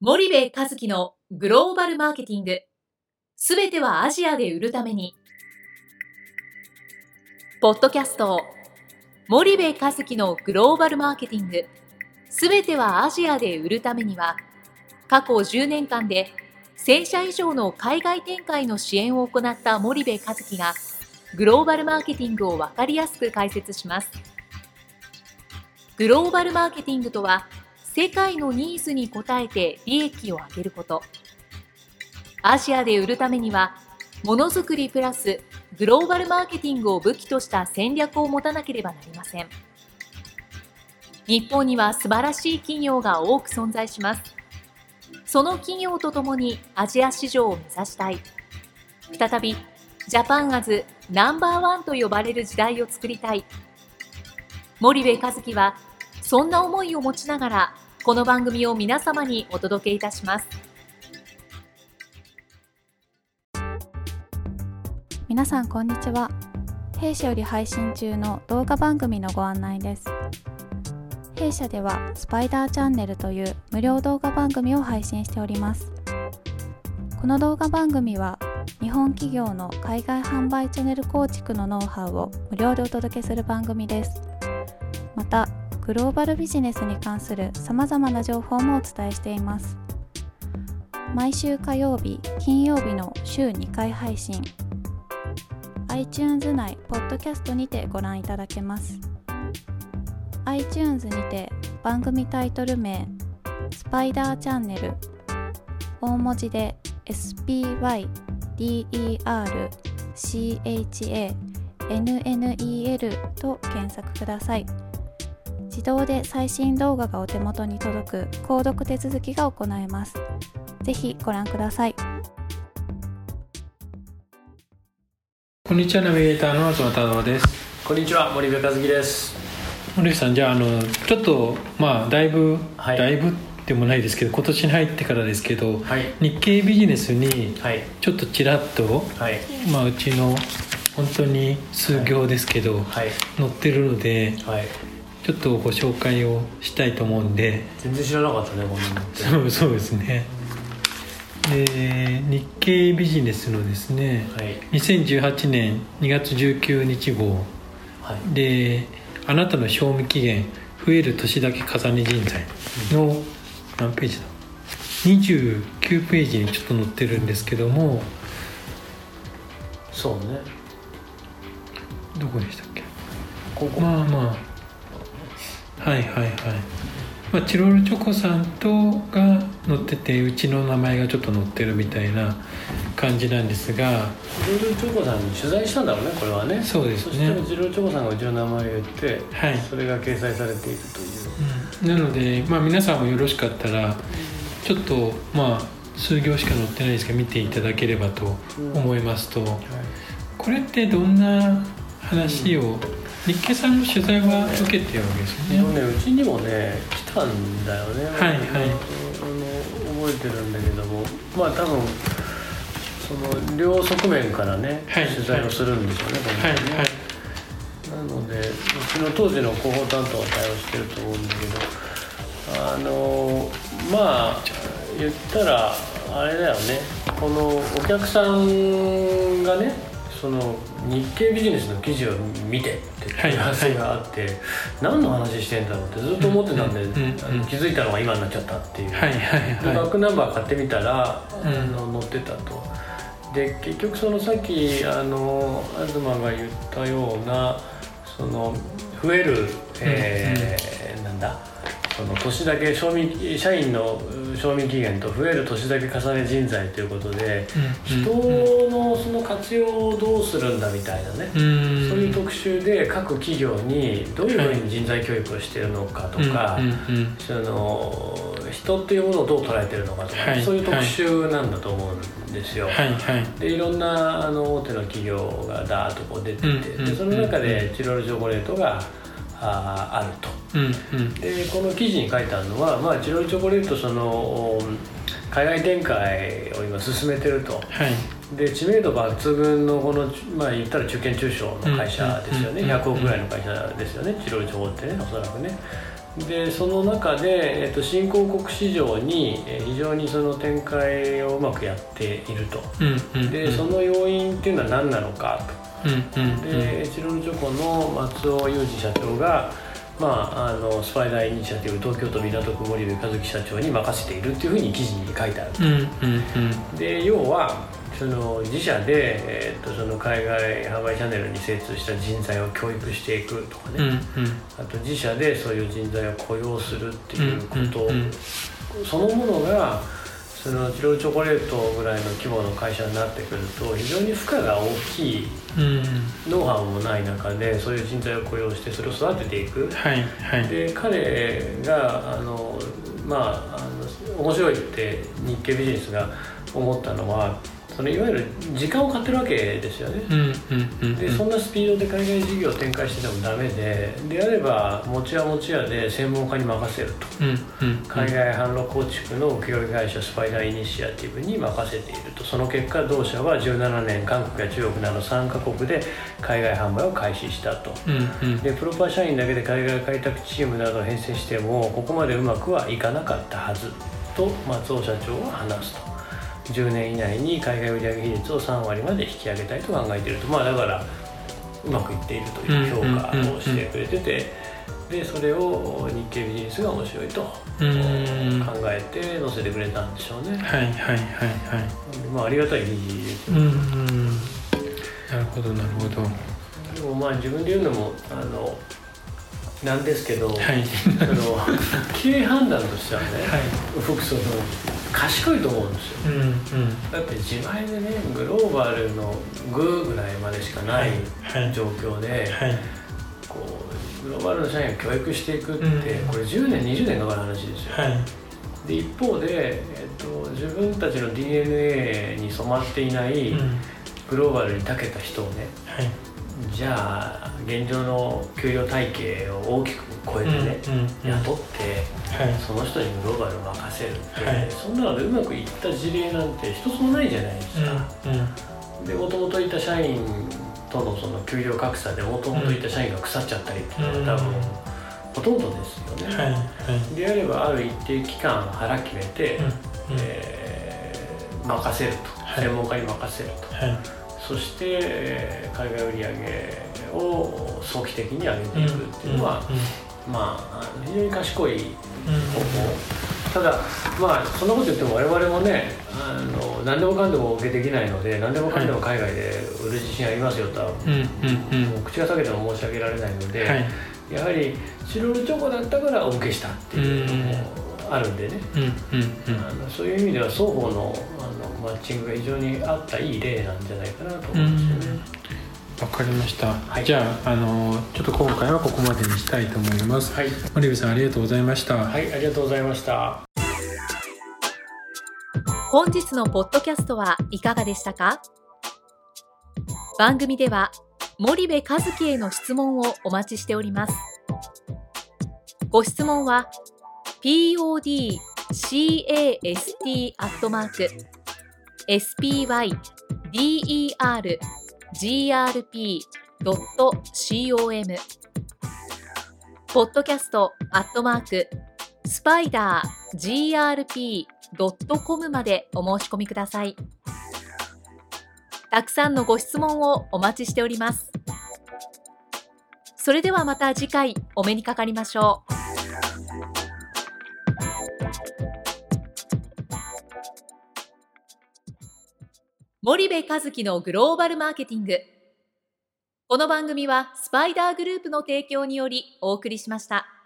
森部一樹のグローバルマーケティング。すべてはアジアで売るために。ポッドキャスト森部一樹のグローバルマーケティング。すべてはアジアで売るためには、過去10年間で1000社以上の海外展開の支援を行った森部一樹が、グローバルマーケティングを分かりやすく解説します。グローバルマーケティングとは、世界のニーズに応えて利益を上げること。アジアで売るためには、ものづくりプラスグローバルマーケティングを武器とした戦略を持たなければなりません。日本には素晴らしい企業が多く存在します。その企業とともにアジア市場を目指したい。再び、ジャパンアズナンバーワンと呼ばれる時代を作りたい。森部一樹は、そんな思いを持ちながら、この番組を皆様にお届けいたします。 皆さんこんにちは。弊社より配信中の動画番組のご案内です。弊社ではスパイダーチャンネルという無料動画番組を配信しております。この動画番組は日本企業の海外販売チャンネル構築のノウハウを無料でお届けする番組です。またグローバルビジネスに関するさまざまな情報もお伝えしています。毎週火曜日、金曜日の週2回配信。iTunes 内ポッドキャストにてご覧いただけます。iTunes にて番組タイトル名スパイダーチャンネル、大文字で SPYDERCHANNEL と検索ください。自動で最新動画がお手元に届く購読手続きが行えます。ぜひご覧ください。 こんにちは、ナビゲーターの東太郎です。 こんにちは、森部一樹です。 森部さん、じゃあちょっとだいぶでもないですけど、今年に入ってからですけど、日経ビジネスにちょっとちらっと、うちの本当に数行ですけど、載ってるので、ちょっとご紹介をしたいと思うんで。 全然知らなかったね、こんなのって。そうですね。日経ビジネスのですね、2018年2月19日号、で、あなたの賞味期限増える年だけ重ね人材の何ページだ、29ページにちょっと載ってるんですけども。 そうね、 どこでしたっけ。 ここ。 チロルチョコさんとが載ってて、うちの名前がちょっと載ってるみたいな感じなんですが、 チロルチョコさんに取材したんだろうね、これはね。 そうですね。 そしたらチロルチョコさんがうちの名前を言って、それが掲載されているという、 なので、皆さんもよろしかったらちょっと数行しか載ってないですけど見ていただければと思いますと、これってどんな話を、日経さんの取材は受けてるわけですよね。 うちにもね来たんだよね。覚えてるんだけども、多分その両側面からね、取材をするんでしょうね、なのでうちの当時の広報担当は対応してると思うんだけど、言ったらあれだよね、このお客さんがね、その日経ビジネスの記事を見てっていう話があって、何の話してんだろうってずっと思ってたんで、気づいたのが今になっちゃったっていう。バックナンバー買ってみたら載ってたと。で結局そのさっき東が言ったような、その増える、その年だけ社員の賞味期限と増える年だけ重ね人材ということで、人のその活用をどうするんだみたいなね、そういう特集で各企業にどういうふうに人材教育をしているのかとか、その人っていうものをどう捉えているのかとか、そういう特集なんだと思うんですよ。でいろんな大手の企業がダーッとこう出てて、でその中でチロルチョコレートがあると。でこの記事に書いてあるのは、チロルチョコレートその海外展開を今進めてると、で知名度抜群のこの、言ったら中堅中小の会社ですよね。100億ぐらいの会社ですよね、チロルチョコってね、おそらくね。 でその中で、新興国市場に非常にその展開をうまくやっていると、でその要因っていうのは何なのかと、でチロルチョコの松尾裕二社長が、スパイダーイニシアティブ東京都港区森部和樹社長に任せているっていうふうに記事に書いてあると、で要はその自社で、その海外販売チャンネルに精通した人材を教育していくとかね、あと自社でそういう人材を雇用するっていうこと、そのものがそのチロルチョコレートぐらいの規模の会社になってくると非常に負荷が大きい、ノウハウもない中でそういう人材を雇用してそれを育てていく、で彼が面白いって日経ビジネスが思ったのは、そのいわゆる時間を買ってるわけですよね。でそんなスピードで海外事業を展開しててもダメであれば持ち屋で専門家に任せると、海外販路構築の請負会社スパイダーイニシアティブに任せていると。その結果同社は17年韓国や中国など3カ国で海外販売を開始したと、でプロパ社員だけで海外開拓チームなどを編成してもここまでうまくはいかなかったはずと松尾社長は話すと。10年以内に海外売上比率を3割まで引き上げたいと考えていると、だからうまくいっているという評価をしてくれてて、でそれを日経ビジネスが面白いと考えて載せてくれたんでしょうね。ありがたい記事ですよね。 なるほどなるほど。 でも自分で言うのもなんですけど、その経営判断としてはね、僕賢いと思うんですよ。だって自前でねグローバルのグぐらいまでしかない状況で、こうグローバルの社員を教育していくって、これ10年20年かかる話ですよ。で一方で、自分たちの DNA に染まっていないグローバルに長けた人をね、じゃあ現状の給与体系を大きく超えてね、雇って、その人にグローバルを任せるって、そんなのでうまくいった事例なんて一つもないじゃないですか。でもともといた社員とのその給料格差でもともといた社員が腐っちゃったりっていうのは多分ほとんどですよね。であればある一定期間腹決めて、任せると、専門家に任せると。そして、海外売上を早期的に上げていくっていうのは、非常に賢い方法。ただそんなこと言っても我々もね何でもかんでも受けできないので、何でもかんでも海外で売る自信ありますよとは、もう口が裂けても申し上げられないので、やはりチロルチョコだったからお受けしたっていうのもあるんでね、そういう意味では双方のマッチングが非常にあったいい例なんじゃないかなと思いますよね。 わかりました。じゃあ、ちょっと今回はここまでにしたいと思います。森部さんありがとうございました。 ありがとうございました。 本日のポッドキャストはいかがでしたか？番組では森部一樹への質問をお待ちしております。ご質問は podcast@spydergrp.com podcast@spidergrp.com までお申し込みください。たくさんのご質問をお待ちしております。それではまた次回お目にかかりましょう。森部一樹のグローバルマーケティング。この番組はスパイダーグループの提供によりお送りしました。